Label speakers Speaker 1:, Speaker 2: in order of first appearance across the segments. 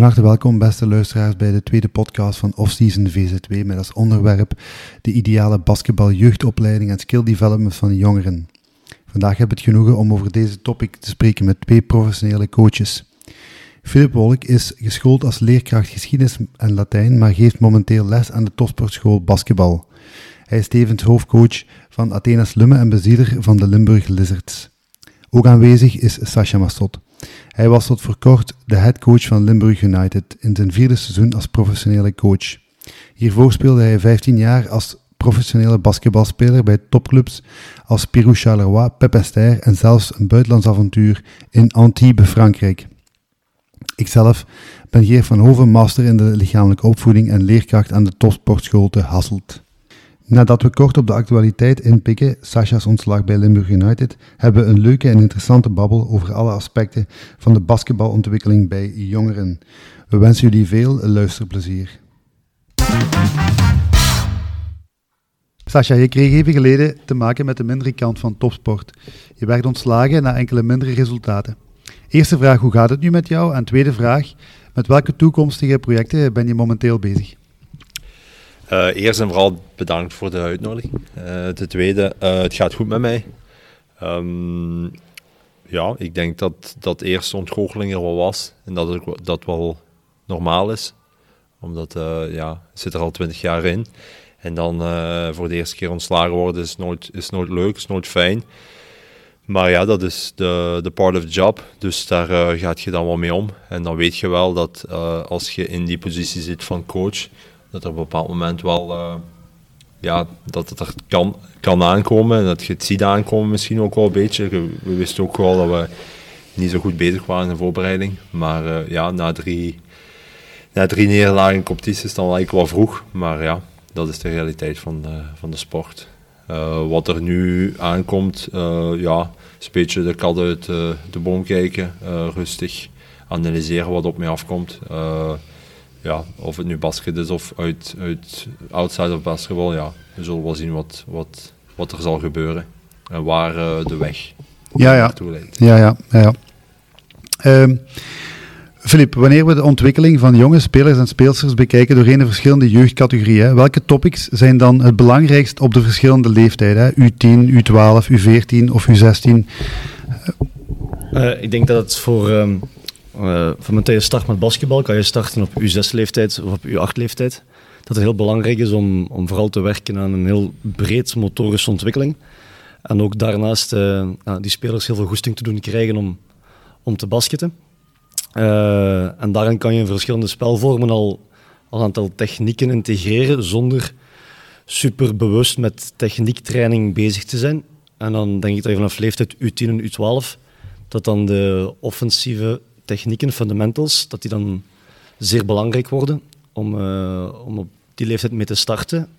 Speaker 1: harte welkom, beste luisteraars, bij de tweede podcast van Offseason VZ2 met als onderwerp de ideale basketbal-jeugdopleiding en skill development van jongeren. Vandaag heb ik het genoegen om over deze topic te spreken met twee professionele coaches. Philip Wolk is geschoold als leerkracht geschiedenis en Latijn, maar geeft momenteel les aan de topsportschool basketbal. Hij is tevens hoofdcoach van Athenas Lummen en bezieler van de Limburg Lizards. Ook aanwezig is Sascha Massot. Hij was tot voor kort de headcoach van Limburg United in zijn 4e seizoen als professionele coach. Hiervoor speelde hij 15 jaar als professionele basketbalspeler bij topclubs als Pirou Charleroi, Pepinster en zelfs een buitenlands avontuur in Antibes, Frankrijk. Ikzelf ben Geert van Hoven, master in de lichamelijke opvoeding en leerkracht aan de topsportschool te Hasselt. Nadat we kort op de actualiteit inpikken, Sascha's ontslag bij Limburg United, hebben we een leuke en interessante babbel over alle aspecten van de basketbalontwikkeling bij jongeren. We wensen jullie veel luisterplezier. Sascha, je kreeg even geleden te maken met de mindere kant van topsport. Je werd ontslagen na enkele mindere resultaten. Eerste vraag, hoe gaat het nu met jou? En tweede vraag, met welke toekomstige projecten ben je momenteel bezig?
Speaker 2: Eerst en vooral bedankt voor de uitnodiging. Ten tweede, het gaat goed met mij. Ik denk dat de eerste ontgoocheling er wel was en dat wel normaal is. Omdat het zit er al 20 jaar in. En dan voor de eerste keer ontslagen worden is nooit leuk, is nooit fijn. Maar ja, dat is de part of the job, dus daar gaat je dan wel mee om. En dan weet je wel dat als je in die positie zit van coach, dat er op een bepaald moment wel dat het er kan aankomen en dat je het ziet aankomen misschien ook wel een beetje. We wisten ook wel dat we niet zo goed bezig waren in de voorbereiding, maar na drie nederlagen in competitie is dan wel eigenlijk wel vroeg, maar ja, dat is de realiteit van de sport. Wat er nu aankomt, is een beetje de kat uit de boom kijken, rustig analyseren wat op mij afkomt. Of het nu basket is of outside of basketbal, we zullen wel zien wat er zal gebeuren en waar de weg naartoe leidt.
Speaker 1: Ja. Filip, wanneer we de ontwikkeling van jonge spelers en speelsters bekijken doorheen de verschillende jeugdcategorieën, welke topics zijn dan het belangrijkst op de verschillende leeftijden? U10, U12, U14 of U16?
Speaker 3: Ik denk dat het van moment je start met basketbal, kan je starten op U6-leeftijd of op U8-leeftijd. Dat het heel belangrijk is om vooral te werken aan een heel breed motorische ontwikkeling. En ook daarnaast die spelers heel veel goesting te doen krijgen om te basketten. En daarin kan je in verschillende spelvormen al een aantal technieken integreren zonder super bewust met techniektraining bezig te zijn. En dan denk ik dat je vanaf leeftijd U10 en U12, dat dan de offensieve technieken, fundamentals, dat die dan zeer belangrijk worden om op die leeftijd mee te starten.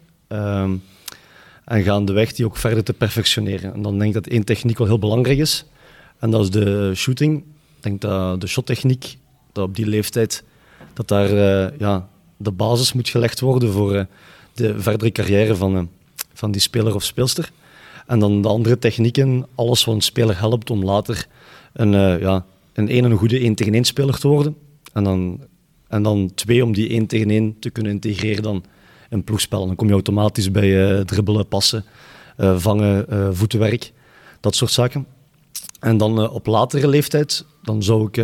Speaker 3: En gaandeweg die ook verder te perfectioneren. En dan denk ik dat één techniek wel heel belangrijk is. En dat is de shooting. Ik denk dat de shottechniek, dat op die leeftijd, dat daar de basis moet gelegd worden voor de verdere carrière van die speler of speelster. En dan de andere technieken, alles wat een speler helpt om later een goede 1-tegen-1 speler te worden. En dan 2, om die 1-tegen-1 te kunnen integreren dan in ploegspel. Dan kom je automatisch bij dribbelen, passen, vangen, voetenwerk, dat soort zaken. En dan op latere leeftijd, dan zou ik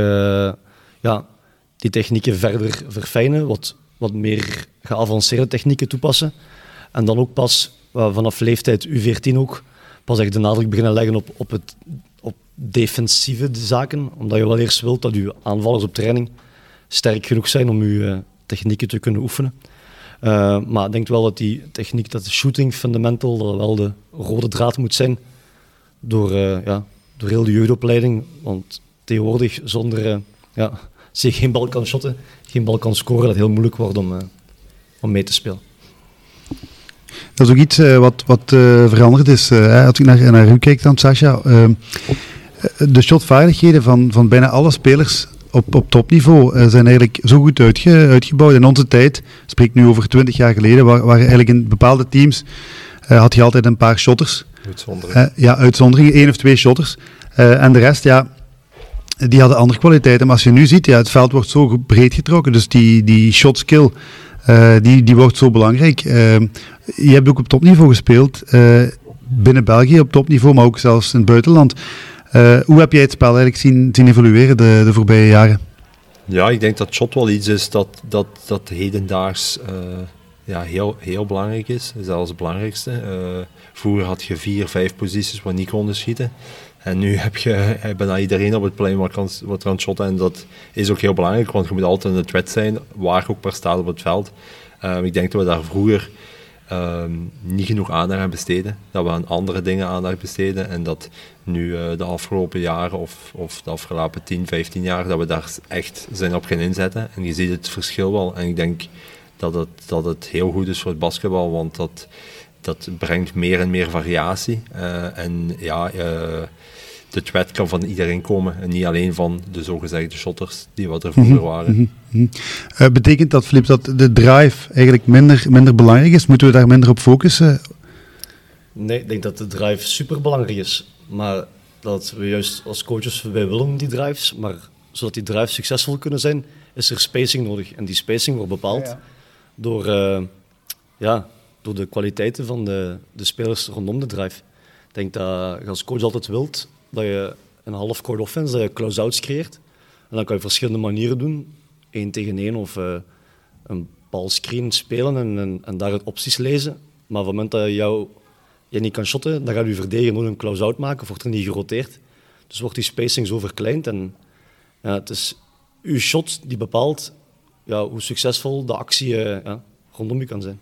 Speaker 3: die technieken verder verfijnen, wat meer geavanceerde technieken toepassen. En dan ook pas vanaf leeftijd U14 ook pas echt de nadruk beginnen leggen op defensieve zaken, omdat je wel eerst wilt dat je aanvallers op training sterk genoeg zijn om je technieken te kunnen oefenen. Maar ik denk wel dat die techniek, dat de shooting fundamental, dat wel de rode draad moet zijn door heel de jeugdopleiding. Want tegenwoordig als je geen bal kan shotten, geen bal kan scoren, dat het heel moeilijk wordt om mee te spelen.
Speaker 1: Dat is ook iets wat veranderd is. Als ik naar u kijk dan, Sascha. De shotvaardigheden van bijna alle spelers op topniveau zijn eigenlijk zo goed uitgebouwd. In onze tijd, spreek nu over 20 jaar geleden, waren eigenlijk in bepaalde teams, had je altijd een paar shotters.
Speaker 2: Uitzondering.
Speaker 1: Uitzonderingen, 1 of 2 shotters. En de rest, die hadden andere kwaliteiten. Maar als je nu ziet, het veld wordt zo breed getrokken. Dus die shot skill, die wordt zo belangrijk. Je hebt ook op topniveau gespeeld. Binnen België op topniveau, maar ook zelfs in het buitenland. Hoe heb jij het spel eigenlijk zien evolueren de voorbije jaren?
Speaker 2: Ja, ik denk dat shot wel iets is dat hedendaags heel, heel belangrijk is. Zelfs het belangrijkste. Vroeger had je 4-5 posities waar niet konden schieten. En nu heb je bijna iedereen op het plein wat kan shotten. En dat is ook heel belangrijk, want je moet altijd in de threat zijn, waar ook maar staat op het veld. Ik denk dat we daar vroeger niet genoeg aandacht aan besteden. Dat we aan andere dingen aandacht besteden. En dat nu de afgelopen jaren of de afgelopen 10, 15 jaar, dat we daar echt zijn op gaan inzetten. En je ziet het verschil wel. En ik denk dat het heel goed is voor het basketbal, want dat brengt meer en meer variatie. De threat kan van iedereen komen en niet alleen van de zogezegde shotters die wat er vroeger waren.
Speaker 1: Betekent dat, Filip, dat de drive eigenlijk minder belangrijk is? Moeten we daar minder op focussen?
Speaker 3: Nee, ik denk dat de drive super belangrijk is. Maar dat we juist als coaches, wij willen die drives, maar zodat die drives succesvol kunnen zijn, is er spacing nodig. En die spacing wordt bepaald door de kwaliteiten van de spelers rondom de drive. Ik denk dat je als coach altijd wilt dat je een half-court offense, dat je close-outs creëert. En dan kan je verschillende manieren doen. 1 tegen 1 of een balscreen spelen en daaruit opties lezen. Maar op het moment dat je niet kan shotten, dan gaat je verdediger moet een close-out maken of wordt er niet geroteerd. Dus wordt die spacing zo verkleind. En het is uw shot die bepaalt hoe succesvol de actie rondom je kan zijn.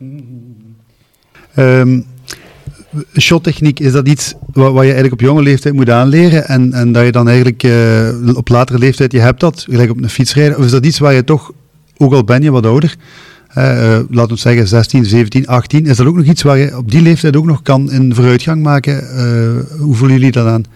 Speaker 1: Shottechniek, is dat iets wat je eigenlijk op jonge leeftijd moet aanleren en dat je dan eigenlijk op latere leeftijd, je hebt dat, gelijk op een fiets rijden, of is dat iets waar je toch, ook al ben je wat ouder, laten we zeggen 16, 17, 18, is dat ook nog iets waar je op die leeftijd ook nog kan in vooruitgang maken? Hoe voelen jullie dat aan?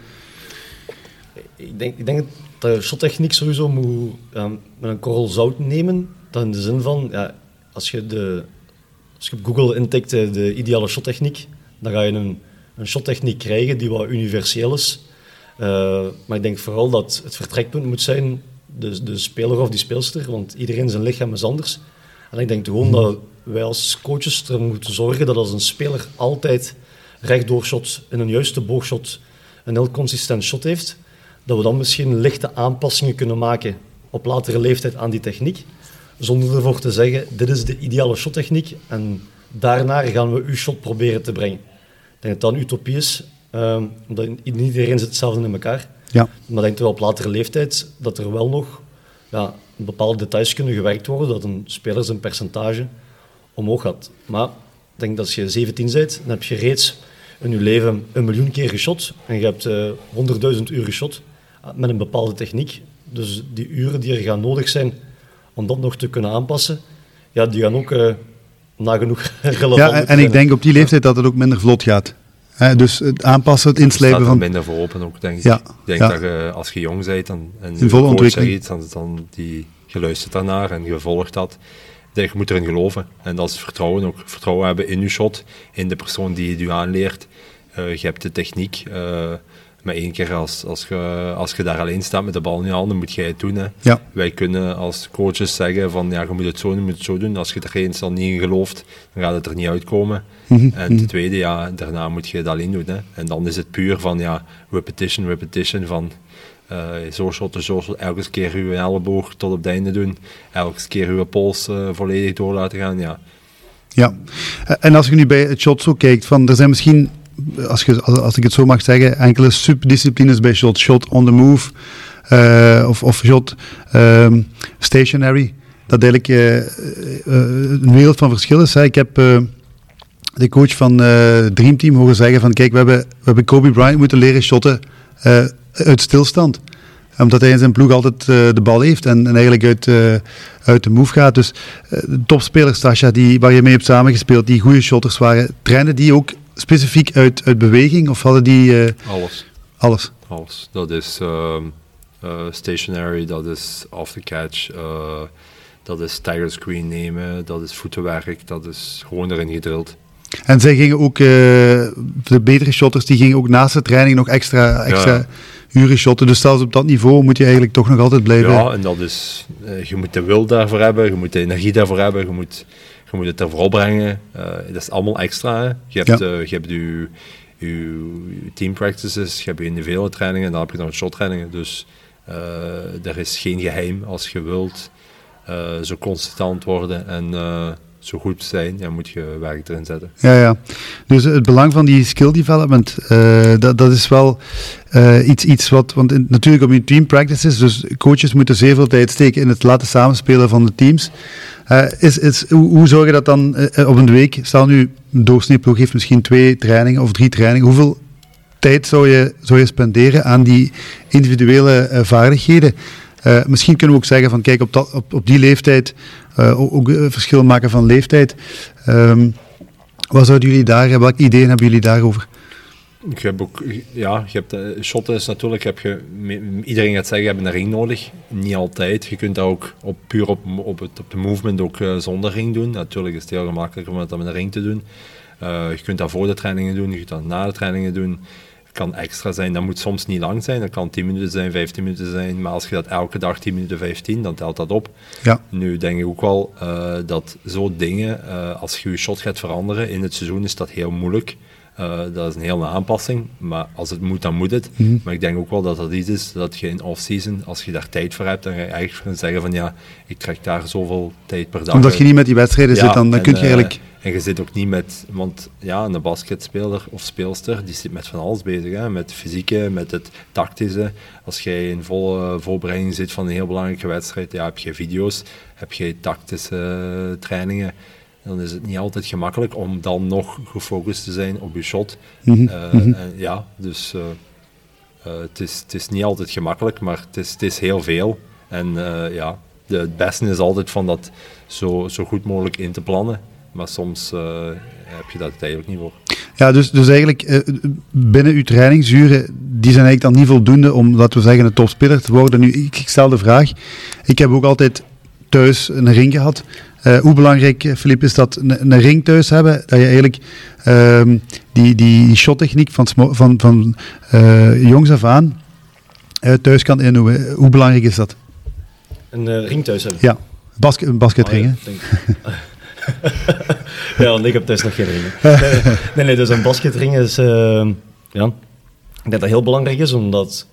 Speaker 3: Ik denk dat je shottechniek sowieso moet met een korrel zout nemen, dan in de zin van, als je op Google intikt de ideale shottechniek, dan ga je een shottechniek krijgen die wat universeel is. Maar ik denk vooral dat het vertrekpunt moet zijn de speler of die speelster, want iedereen zijn lichaam is anders. En ik denk gewoon dat wij als coaches er moeten zorgen dat als een speler altijd rechtdoor shot in een juiste boogshot een heel consistent shot heeft, dat we dan misschien lichte aanpassingen kunnen maken op latere leeftijd aan die techniek, zonder ervoor te zeggen, dit is de ideale shottechniek en daarna gaan we uw shot proberen te brengen. Ik denk dat dat een utopie is, omdat niet iedereen zit hetzelfde in elkaar. Ja. Maar ik denk dat op latere leeftijd dat er wel nog bepaalde details kunnen gewerkt worden, dat een speler zijn percentage omhoog gaat. Maar ik denk dat als je 17 bent, dan heb je reeds in je leven 1 miljoen keer geshot en je hebt 100.000 uur geshot met een bepaalde techniek. Dus die uren die er gaan nodig zijn om dat nog te kunnen aanpassen, die gaan ook nagenoeg relevant zijn.
Speaker 1: En ik denk op die leeftijd dat het ook minder vlot gaat. Dus het aanpassen, het inslijpen van...
Speaker 2: minder voor open ook, denk ik. Ik denk dat je, als je jong bent en
Speaker 1: in volle ontwikkeling,
Speaker 2: dan je luistert daarnaar en je volgt dat. Je moet erin geloven. En dat is vertrouwen ook. Vertrouwen hebben in je shot, in de persoon die het je aanleert. Je hebt de techniek. Maar 1 keer als je daar alleen staat met de bal in je handen, moet jij het doen. Hè.
Speaker 1: Ja.
Speaker 2: Wij kunnen als coaches zeggen van je moet het zo doen, je moet het zo doen. Als je er eens al niet in gelooft, dan gaat het er niet uitkomen. En ten tweede, daarna moet je het alleen doen. Hè. En dan is het puur van repetition van zo shotten, elke keer je elleboog tot op het einde doen, elke keer je pols volledig door laten gaan.
Speaker 1: Ja. En als je nu bij het shot zo kijkt, er zijn misschien, als ik het zo mag zeggen, enkele subdisciplines bij shot. Shot on the move, of shot stationary. Dat eigenlijk een wereld van verschil is. Ik heb de coach van Dream Team horen zeggen van, kijk, we hebben Kobe Bryant moeten leren shotten uit stilstand. Omdat hij in zijn ploeg altijd de bal heeft en eigenlijk uit de move gaat. Dus de topspelers, Sasha, waar je mee hebt samengespeeld, die goede shotters waren, trainen die ook specifiek uit beweging? Of hadden die... Alles.
Speaker 2: Dat is stationary, dat is off the catch, dat is stagger screen nemen, dat is voetenwerk, dat is gewoon erin gedrild.
Speaker 1: En zij gingen ook, de betere shotters, die gingen ook naast de training nog extra uren shotten. Dus zelfs op dat niveau moet je eigenlijk toch nog altijd blijven.
Speaker 2: Ja, en dat is, je moet de wil daarvoor hebben, je moet de energie daarvoor hebben, je moet het ervoor opbrengen. Dat is allemaal extra. Hè. Je hebt je team practices, je hebt je individuele trainingen en dan heb je nog shot trainingen. Dus er is geen geheim. Als je wilt zo consistent worden en zo goed zijn, dan moet je werk erin zetten.
Speaker 1: Ja. Dus het belang van die skill development, dat is wel iets wat... Want natuurlijk op je team practices, dus coaches moeten zeer veel tijd steken in het laten samenspelen van de teams. Hoe zorg je dat dan op een week? Stel nu, een doorsneeploeg heeft misschien 2 trainingen of 3 trainingen. Hoeveel tijd zou je spenderen aan die individuele vaardigheden? Misschien kunnen we ook zeggen van kijk, op die leeftijd ook verschil maken van leeftijd. Wat zouden jullie welke ideeën hebben jullie daarover?
Speaker 2: Je hebt shotten is natuurlijk, iedereen gaat zeggen, je hebt een ring nodig. Niet altijd. Je kunt dat ook puur op de movement ook zonder ring doen. Natuurlijk is het heel gemakkelijker om dat met een ring te doen. Je kunt dat voor de trainingen doen, je kunt dat na de trainingen doen. Kan extra zijn, dat moet soms niet lang zijn, dat kan 10 minuten zijn, 15 minuten zijn, maar als je dat elke dag 10 minuten, 15, dan telt dat op. Ja. Nu denk ik ook wel dat zo'n dingen, als je je shot gaat veranderen in het seizoen, is dat heel moeilijk. Dat is een hele aanpassing, maar als het moet, dan moet het. Mm-hmm. Maar ik denk ook wel dat dat iets is, dat je in off-season, als je daar tijd voor hebt, dan ga je eigenlijk gaan zeggen van ja, ik trek daar zoveel tijd per dag.
Speaker 1: Omdat je niet met die wedstrijden zit, dan kun je eigenlijk...
Speaker 2: En je zit ook niet met, want ja, een basketspeler of speelster, die zit met van alles bezig, hè? Met fysieke, met het tactische. Als jij in volle voorbereiding zit van een heel belangrijke wedstrijd, ja, heb je video's, heb je tactische trainingen, dan is het niet altijd gemakkelijk om dan nog gefocust te zijn op je shot. Mm-hmm. Dus het is niet altijd gemakkelijk, maar het is heel veel. En het beste is altijd van dat zo goed mogelijk in te plannen. Maar soms heb je dat eigenlijk niet voor.
Speaker 1: Ja, dus eigenlijk binnen uw trainingsuren, die zijn eigenlijk dan niet voldoende om, laten we zeggen, een topspeler te worden. Nu, ik stel de vraag, ik heb ook altijd thuis een ring gehad. Hoe belangrijk, Philippe, is dat een ring thuis hebben, dat je eigenlijk die shottechniek van jongs af aan thuis kan inhouden. Hoe belangrijk is dat?
Speaker 3: Een ring thuis hebben?
Speaker 1: Ja, een basketring.
Speaker 3: Ja, want ik heb thuis nog geen ringen. Nee, dus een basketring is... ik denk dat dat heel belangrijk is, omdat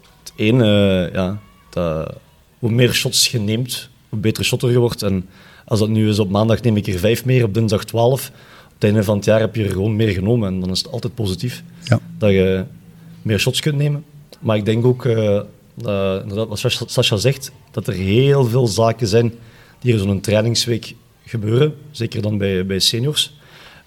Speaker 3: hoe meer shots je neemt, hoe beter shotter je wordt. En als dat nu is op maandag neem ik er 5 meer, op dinsdag 12. Op het einde van het jaar heb je er gewoon meer genomen. En dan is het altijd positief dat je meer shots kunt nemen. Maar ik denk ook, inderdaad, wat Sascha zegt, dat er heel veel zaken zijn die er zo'n trainingsweek gebeuren, zeker dan bij seniors.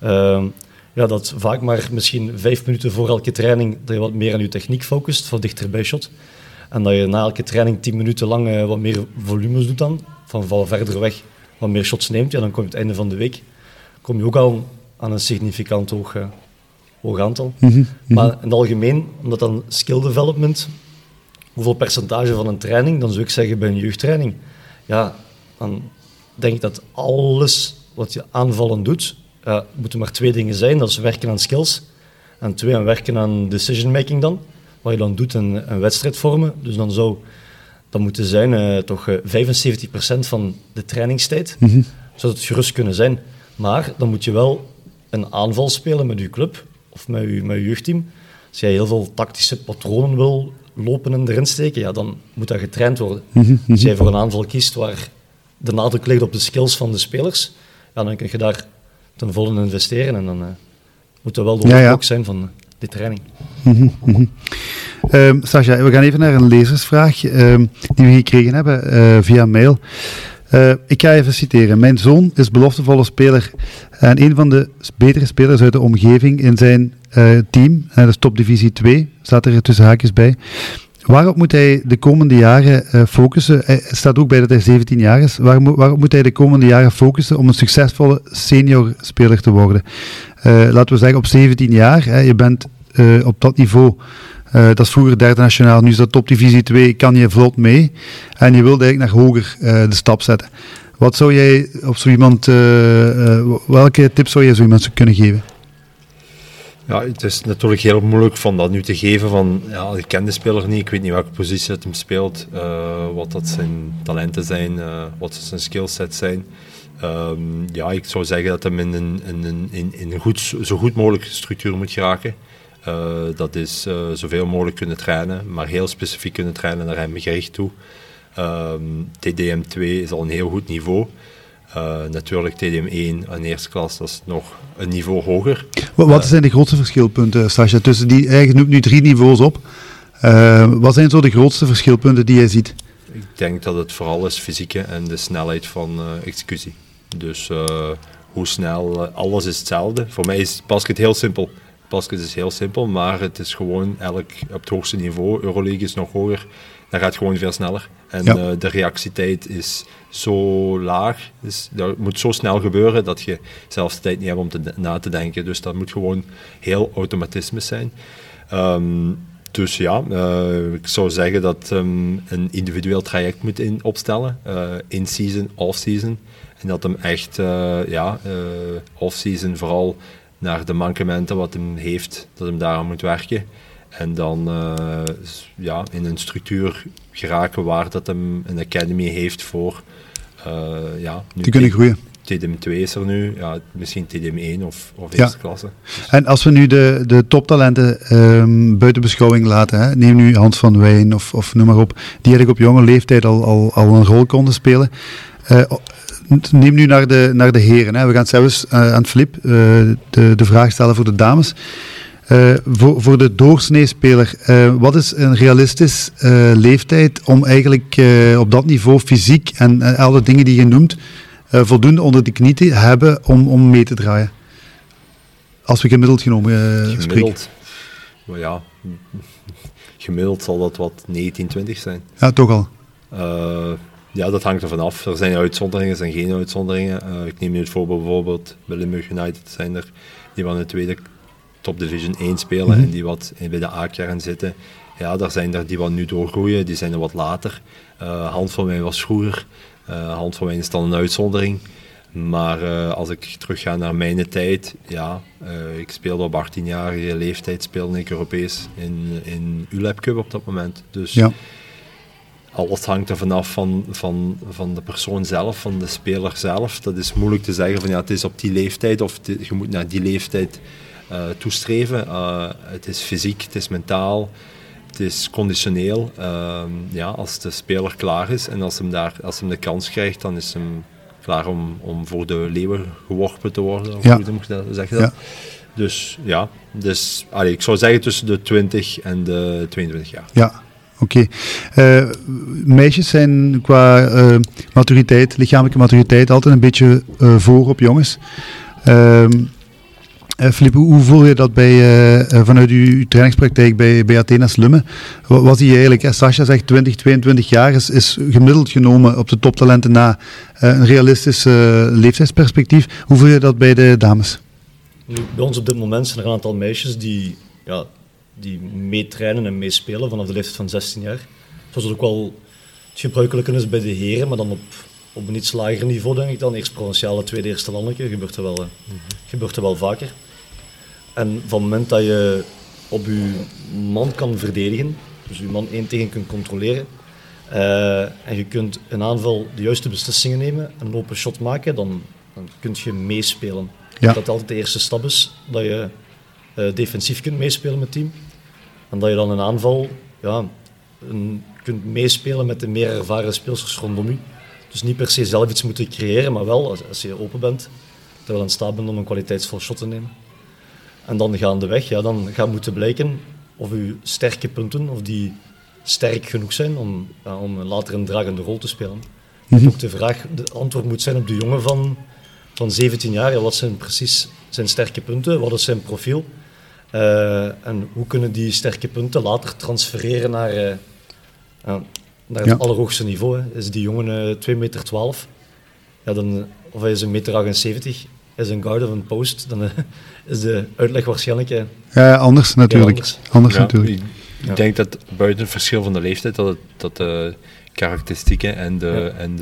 Speaker 3: Dat vaak maar misschien 5 minuten voor elke training dat je wat meer aan je techniek focust, van dichter bij shot. En dat je na elke training 10 minuten lang wat meer volumes doet dan, van verder weg wat meer shots neemt. Ja, dan kom je het einde van de week, kom je ook al aan een significant hoog aantal. Mm-hmm. Maar in het algemeen, omdat dan skill development, hoeveel percentage van een training, dan zou ik zeggen bij een jeugdtraining, ja, dan denk ik dat alles wat je aanvallen doet, moeten maar 2 dingen zijn. Dat is werken aan skills en 2 aan werken aan decision making dan. Wat je dan doet een wedstrijd vormen. Dus dan zou dat moeten zijn toch 75% van de trainingstijd. Mm-hmm. Zou het gerust kunnen zijn. Maar dan moet je wel een aanval spelen met je club of met je jeugdteam. Als jij heel veel tactische patronen wil lopen en erin steken, ja, dan moet dat getraind worden. Mm-hmm. Als jij voor een aanval kiest waar de nadruk ligt op de skills van de spelers, ja, dan kun je daar ten volle in investeren en dan moet dat wel de hoofdblok zijn van die training.
Speaker 1: Mm-hmm, mm-hmm. Sascha, we gaan even naar een lezersvraag die we gekregen hebben via mail. Ik ga even citeren. Mijn zoon is beloftevolle speler en een van de betere spelers uit de omgeving in zijn team, dat is topdivisie 2, staat er tussen haakjes bij. Waarop moet hij de komende jaren focussen? Hij staat ook bij dat hij 17 jaar is. Waarop moet hij de komende jaren focussen om een succesvolle senior speler te worden? Laten we zeggen, op 17 jaar, je bent op dat niveau, dat is vroeger derde nationaal, nu is dat topdivisie 2, kan je vlot mee. En je wilt eigenlijk naar hoger de stap zetten. Wat zou jij op zo iemand, welke tips zou jij zo iemand kunnen geven?
Speaker 2: Ja, het is natuurlijk heel moeilijk van dat nu te geven van, ja, ik ken de speler niet, ik weet niet welke positie dat hem speelt, wat dat zijn talenten zijn, wat zijn skillsets zijn. Ja, ik zou zeggen dat hem in een zo goed mogelijke structuur moet geraken. Dat is zoveel mogelijk kunnen trainen, maar heel specifiek kunnen trainen naar hem gericht toe. TDM2 is al een heel goed niveau. Natuurlijk TDM1 en eerste klas, dat is nog een niveau hoger.
Speaker 1: Wat zijn de grootste verschilpunten, Sascha, tussen die, je noemt nu 3 niveaus op. Wat zijn zo de grootste verschilpunten die jij ziet?
Speaker 2: Ik denk dat het vooral is fysieke en de snelheid van executie. Dus hoe snel, alles is hetzelfde. Voor mij is basket heel simpel. Basket is heel simpel, maar het is gewoon op het hoogste niveau. Euroleague is nog hoger, dat gaat gewoon veel sneller. En de reactietijd is zo laag, dus dat moet zo snel gebeuren dat je zelfs de tijd niet hebt om na te denken. Dus dat moet gewoon heel automatisme zijn. Dus ja, ik zou zeggen dat een individueel traject moet opstellen, in-season, off-season. En dat hem echt, off-season vooral naar de mankementen wat hem heeft, dat hem daaraan moet werken. En dan in een structuur geraken waar dat hem een academy heeft voor nu
Speaker 1: te kunnen groeien.
Speaker 2: TDM2 is er nu, ja, misschien TDM1 of eerste klasse.
Speaker 1: En als we nu de toptalenten buiten beschouwing laten, hè, neem nu Hans van Wijn of noem maar op, die eigenlijk op jonge leeftijd al een rol konden spelen. Neem nu naar de heren. Hè. We gaan zelfs aan Filip de vraag stellen voor de dames. Voor de doorsneespeler, wat is een realistisch leeftijd om eigenlijk op dat niveau fysiek en alle dingen die je noemt voldoende onder de knie te hebben om mee te draaien? Als we gemiddeld genomen spreken.
Speaker 2: Maar ja, gemiddeld zal dat wat 19, 20 zijn.
Speaker 1: Ja, toch al.
Speaker 2: Ja, dat hangt er vanaf. Er zijn uitzonderingen, er zijn geen uitzonderingen. Ik neem nu het voorbeeld bijvoorbeeld bij Limburg United zijn er die van de tweede top division 1 spelen en die wat bij de A-kern zitten. Ja, daar zijn er die wat nu doorgroeien, die zijn er wat later. Hans van Wijn was vroeger. Hans van Wijn is dan een uitzondering. Maar als ik terug ga naar mijn tijd, ja, ik speelde op 18-jarige leeftijd, speelde ik Europees in ULEB Cup op dat moment. Dus ja. Alles hangt er vanaf van de persoon zelf, van de speler zelf. Dat is moeilijk te zeggen van ja, het is op die leeftijd of je moet naar die leeftijd toestreven. Het is fysiek, het is mentaal, het is conditioneel. Als de speler klaar is en als hem de kans krijgt, dan is hem klaar om voor de leeuwen geworpen te worden. Of hoe moet je zeggen dat? Ja. Dus ik zou zeggen tussen de 20 en de 22 jaar.
Speaker 1: Ja. Oké. Meisjes zijn qua maturiteit, lichamelijke maturiteit, altijd een beetje voor op jongens. Filip, hoe voel je dat vanuit uw trainingspraktijk bij Athena Lummen? Wat zie je eigenlijk? Sascha zegt 20, 22 jaar is gemiddeld genomen op de toptalenten na een realistisch leeftijdsperspectief. Hoe voel je dat bij de dames?
Speaker 3: Nu, bij ons op dit moment zijn er een aantal meisjes die meetrainen en meespelen vanaf de leeftijd van 16 jaar. Zoals het ook wel het gebruikelijke is bij de heren, maar dan op een iets lager niveau, denk ik dan. Eerst provinciale, tweede, eerste landelijke, gebeurt er wel vaker. En van het moment dat je op je man kan verdedigen, dus je man 1 tegen kunt controleren, en je kunt een aanval de juiste beslissingen nemen en een open shot maken, dan kun je meespelen. Ja. Dat altijd de eerste stap is, dat je defensief kunt meespelen met het team. En dat je dan een aanval kunt meespelen met de meer ervaren speelsters rondom je. Dus niet per se zelf iets moeten creëren, maar wel, als je open bent, dat je in staat bent om een kwaliteitsvol shot te nemen. En dan gaandeweg, dan gaat moeten blijken of je sterke punten, of die sterk genoeg zijn om later een dragende rol te spelen. Mm-hmm. Ook de antwoord moet zijn op de jongen van 17 jaar. Ja, wat zijn precies zijn sterke punten? Wat is zijn profiel? En hoe kunnen die sterke punten later transfereren naar het allerhoogste niveau? Hè? Is die jongen 2,12 meter, of hij is 1,78 meter, is een guard of een post, dan is de uitleg waarschijnlijk...
Speaker 1: anders natuurlijk. Natuurlijk.
Speaker 2: Ik denk dat buiten het verschil van de leeftijd, dat de karakteristieken en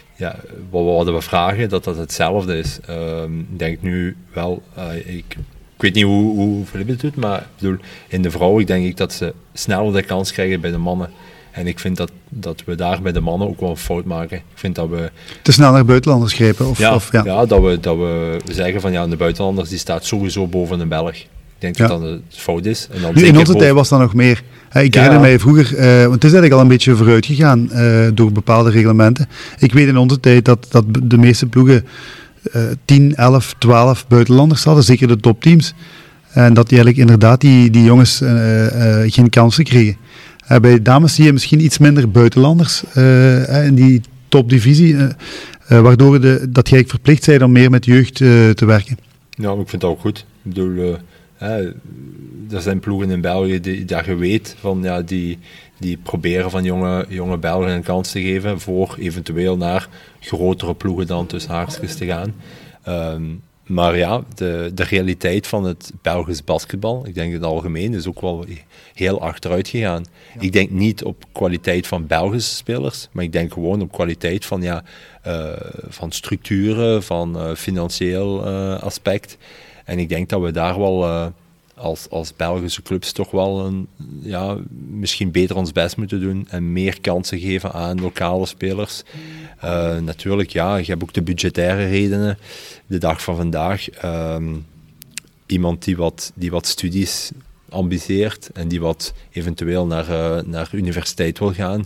Speaker 2: wat we vragen, dat hetzelfde is. Ik denk nu wel, ik Ik weet niet hoe Philippe het doet, maar ik bedoel, in de vrouwen denk ik dat ze sneller de kans krijgen bij de mannen. En ik vind dat we daar bij de mannen ook wel een fout maken. Ik vind dat we...
Speaker 1: Te snel naar buitenlanders grijpen?
Speaker 2: Dat we zeggen van de buitenlanders die staat sowieso boven een Belg. Ik denk dat dat een fout is. En dan
Speaker 1: nu, in onze tijd was dat nog meer. Ik herinner mij vroeger, want het is eigenlijk al een beetje vooruit gegaan door bepaalde reglementen. Ik weet in onze tijd dat de meeste ploegen 10, 11, 12 buitenlanders hadden, zeker de topteams. En dat die eigenlijk inderdaad die jongens geen kansen kregen. Bij de dames zie je misschien iets minder buitenlanders in die topdivisie, waardoor dat je eigenlijk verplicht bent om meer met jeugd te werken.
Speaker 2: Ja, maar ik vind dat ook goed. Ik bedoel, er zijn ploegen in België dat je weet van die proberen van jonge Belgen een kans te geven voor eventueel naar grotere ploegen dan tussen haakjes te gaan. Maar ja, de realiteit van het Belgisch basketbal, ik denk in het algemeen, is ook wel heel achteruit gegaan. Ja. Ik denk niet op kwaliteit van Belgische spelers, maar ik denk gewoon op kwaliteit van structuren, van financieel aspect. En ik denk dat we daar wel als Belgische clubs toch wel misschien beter ons best moeten doen en meer kansen geven aan lokale spelers. Natuurlijk, je hebt ook de budgettaire redenen. De dag van vandaag, iemand die wat studies ambiceert en die wat eventueel naar universiteit wil gaan,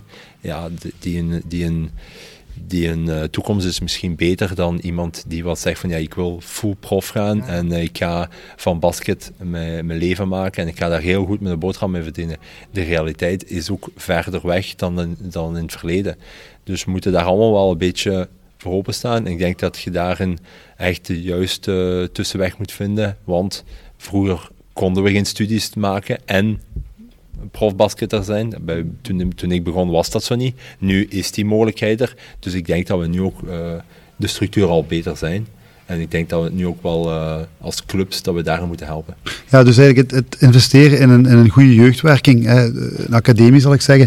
Speaker 2: die een toekomst is misschien beter dan iemand die wat zegt van ik wil full prof gaan en ik ga van basket mijn leven maken en ik ga daar heel goed mijn boterham mee verdienen. De realiteit is ook verder weg dan in het verleden. Dus we moeten daar allemaal wel een beetje voor openstaan. En ik denk dat je daarin echt de juiste tussenweg moet vinden, want vroeger konden we geen studies maken en profbasketter zijn. Toen ik begon was dat zo niet. Nu is die mogelijkheid er. Dus ik denk dat we nu ook de structuur al beter zijn. En ik denk dat we nu ook wel als clubs dat we daarin moeten helpen. Ja, dus eigenlijk het investeren in een goede jeugdwerking, een academie zal ik zeggen,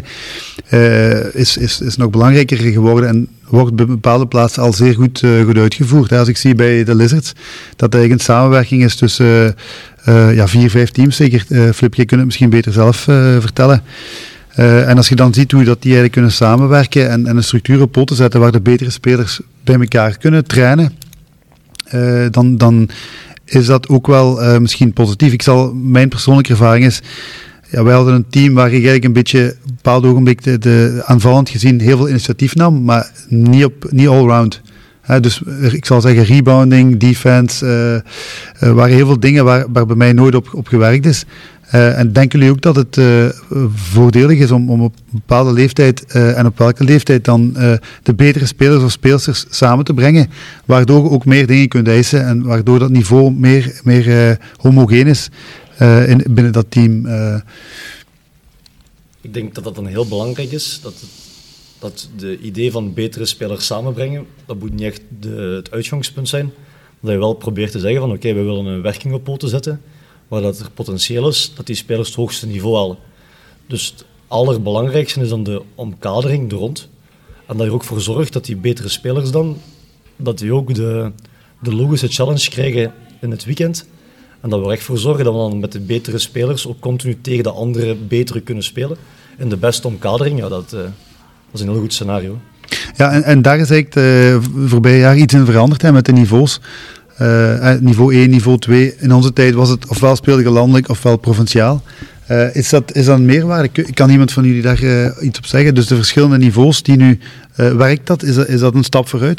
Speaker 2: is nog belangrijker geworden en wordt bij bepaalde plaatsen al zeer goed uitgevoerd. Als ik zie bij de Lizards dat er eigenlijk een samenwerking is tussen 4, 5 teams zeker. Flip, je kunt het misschien beter zelf vertellen. En als je dan ziet hoe dat die eigenlijk kunnen samenwerken en een structuur op poten zetten waar de betere spelers bij elkaar kunnen trainen, dan is dat ook wel misschien positief. Mijn persoonlijke ervaring is, wij hadden een team waar ik eigenlijk een beetje op een bepaald ogenblik de aanvallend gezien heel veel initiatief nam, maar niet all-round. Dus ik zal zeggen rebounding, defense, waren heel veel dingen waar bij mij nooit op gewerkt is. En denken jullie ook dat het voordelig is om op een bepaalde leeftijd en op welke leeftijd dan de betere spelers of speelsters samen te brengen, waardoor je ook meer dingen kunt eisen en waardoor dat niveau meer homogeen is binnen dat team?
Speaker 3: Ik denk dat dat dan heel belangrijk is, dat de idee van betere spelers samenbrengen, dat moet niet echt het uitgangspunt zijn. Dat je wel probeert te zeggen van oké, we willen een werking op poten zetten, waar dat er potentieel is dat die spelers het hoogste niveau halen. Dus het allerbelangrijkste is dan de omkadering er rond. En dat je er ook voor zorgt dat die betere spelers dan, dat die ook de logische challenge krijgen in het weekend. En dat we er echt voor zorgen dat we dan met de betere spelers ook continu tegen de andere betere kunnen spelen. En de beste omkadering, dat is een heel goed scenario.
Speaker 1: Ja, en daar is eigenlijk de voorbije jaar iets in veranderd met de niveaus. Niveau 1, niveau 2. In onze tijd was het ofwel speelde je landelijk ofwel provinciaal. Is dat een meerwaarde? Kan iemand van jullie daar iets op zeggen? Dus de verschillende niveaus die nu werkt dat? Is dat een stap vooruit?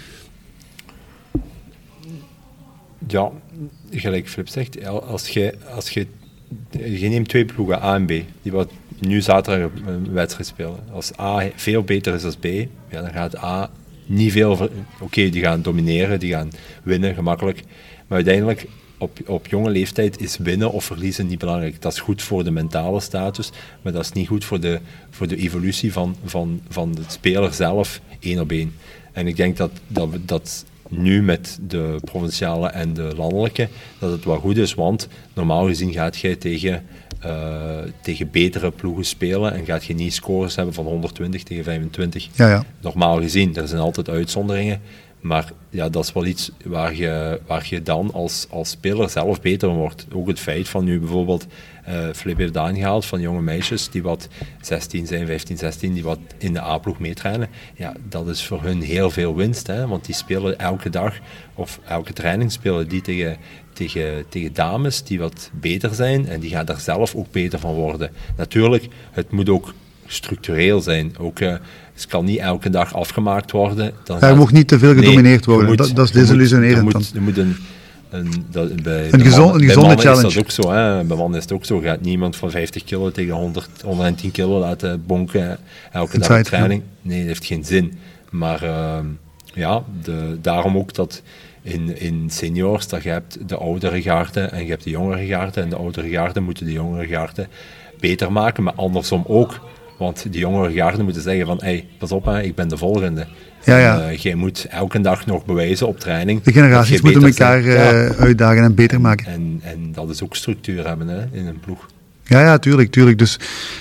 Speaker 2: Ja, gelijk Flip zegt, als je neemt 2 ploegen, A en B, die wat nu zaterdag een wedstrijd spelen. Als A veel beter is dan B, dan gaat A niet veel... Oké, die gaan domineren, die gaan winnen, gemakkelijk. Maar uiteindelijk, op jonge leeftijd is winnen of verliezen niet belangrijk. Dat is goed voor de mentale status, maar dat is niet goed voor de evolutie van de speler zelf, 1 op 1. En ik denk dat nu met de provinciale en de landelijke, dat het wel goed is, want normaal gezien gaat je tegen betere ploegen spelen en gaat je niet scores hebben van 120 tegen 25.
Speaker 1: Ja.
Speaker 2: Normaal gezien, er zijn altijd uitzonderingen, Maar ja, dat is wel iets waar je dan als speler zelf beter wordt. Ook het feit van nu bijvoorbeeld Flip heeft aangehaald van jonge meisjes die wat 16 zijn, 15, 16, die wat in de A-ploeg meetrainen. Ja, dat is voor hun heel veel winst, hè, want die spelen elke dag of elke training spelen die tegen dames die wat beter zijn en die gaan daar zelf ook beter van worden. Natuurlijk, het moet ook structureel zijn. Ook, het kan niet elke dag afgemaakt worden.
Speaker 1: Er mag niet te veel gedomineerd worden. Dat is desillusionerend.
Speaker 2: Er moet een
Speaker 1: gezonde challenge.
Speaker 2: Is dat ook zo, hè? Bij mannen is het ook zo. Gaat niemand van 50 kilo tegen 110 kilo laten bonken elke dag in training. Nee, dat heeft geen zin. Maar daarom ook dat in seniors, dat je hebt de oudere garde en je hebt de jongere garde. En de oudere garde moeten de jongere garde beter maken, maar andersom ook. Want die jongere garden moeten zeggen van, hey, pas op, ik ben de volgende. Jij moet elke dag nog bewijzen op training.
Speaker 1: De generaties moeten elkaar uitdagen en beter maken.
Speaker 2: En dat is ook structuur hebben, hè, in een ploeg.
Speaker 1: Ja, tuurlijk. Dus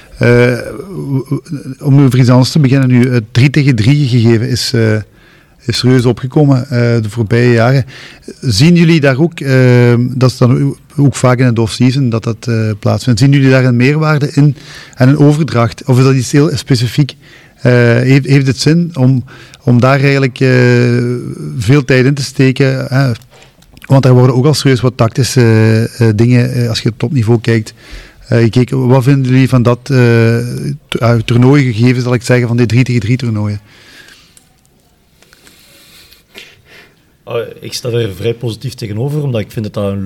Speaker 1: om over iets anders te beginnen nu, 3 tegen 3 gegeven is serieus opgekomen de voorbije jaren. Zien jullie daar ook, dat is dan ook vaak in het off-season dat plaatsvindt, zien jullie daar een meerwaarde in en een overdracht? Of is dat iets heel specifiek? Heeft het zin om daar eigenlijk veel tijd in te steken? Want er worden ook al serieus wat tactische dingen, als je op topniveau kijkt. Wat vinden jullie van dat toernooi gegeven, zal ik zeggen, van die 3 tegen 3 toernooien?
Speaker 3: Ik sta er vrij positief tegenover, omdat ik vind dat dat een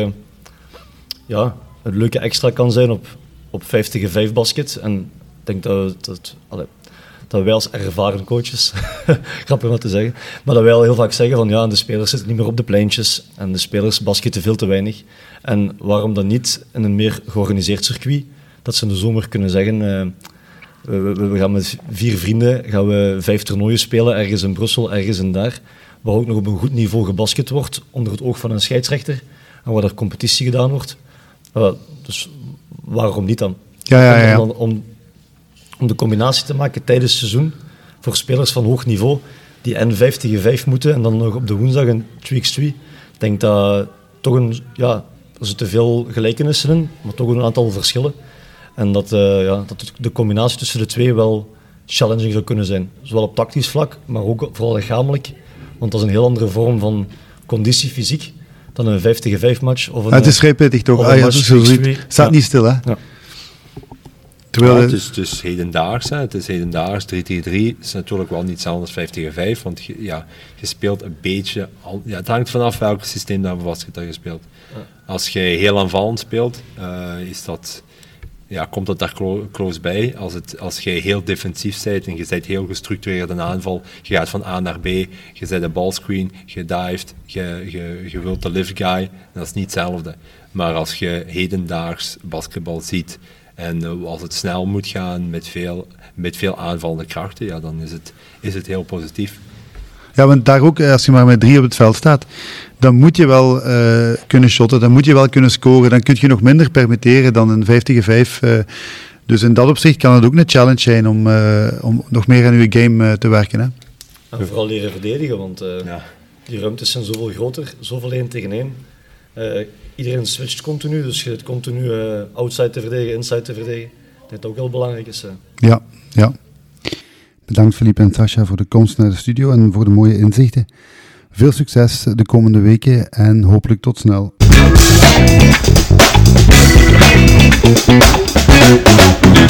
Speaker 3: leuke extra kan zijn op 5 tegen 5 basket. En ik denk dat wij als ervaren coaches, grappig om te zeggen, maar dat wij al heel vaak zeggen van de spelers zitten niet meer op de pleintjes en de spelers basketten veel te weinig. En waarom dan niet in een meer georganiseerd circuit, dat ze in de zomer kunnen zeggen, we gaan met 4 vrienden 5 toernooien spelen, ergens in Brussel, ergens en daar, waar ook nog op een goed niveau gebasket wordt, onder het oog van een scheidsrechter, en waar er competitie gedaan wordt. Dus waarom niet dan?
Speaker 1: Ja.
Speaker 3: Om de combinatie te maken tijdens het seizoen, voor spelers van hoog niveau, die en 5 tegen 5 moeten, en dan nog op de woensdag een 3x3. Ik denk dat toch er zitten veel gelijkenissen in, maar toch een aantal verschillen. En dat de combinatie tussen de twee wel challenging zou kunnen zijn. Zowel op tactisch vlak, maar ook vooral lichamelijk. Want dat is een heel andere vorm van conditie fysiek dan een 5 tegen 5 match. Of
Speaker 1: het is vrij pittig toch? Het staat niet stil, hè? Ja.
Speaker 2: Het is dus hedendaags. Het is hedendaags, 3 tegen 3. Het is natuurlijk wel niet hetzelfde als 5 tegen 5. Want je speelt een beetje... het hangt vanaf welk systeem dat basket je speelt. Ja. Als je heel aanvallend speelt, komt dat daar close bij. Als je heel defensief bent en je bent heel gestructureerd in aanval, je gaat van A naar B, je zet een ballscreen, je dived, je wilt de lift guy, dat is niet hetzelfde. Maar als je hedendaags basketbal ziet en als het snel moet gaan met veel aanvallende krachten, dan is het heel positief.
Speaker 1: Ja, want daar ook, als je maar met 3 op het veld staat, dan moet je wel kunnen shotten, dan moet je wel kunnen scoren, dan kun je nog minder permitteren dan een 5 tegen 5. Dus in dat opzicht kan het ook een challenge zijn om nog meer aan je game te werken. Hè?
Speaker 3: En vooral leren verdedigen, want die ruimtes zijn zoveel groter, zoveel 1 tegen 1. Iedereen switcht continu, dus je hebt continu outside te verdedigen, inside te verdedigen. Dat ook heel belangrijk is.
Speaker 1: Ja. Bedankt Philippe en Sascha voor de komst naar de studio en voor de mooie inzichten. Veel succes de komende weken en hopelijk tot snel.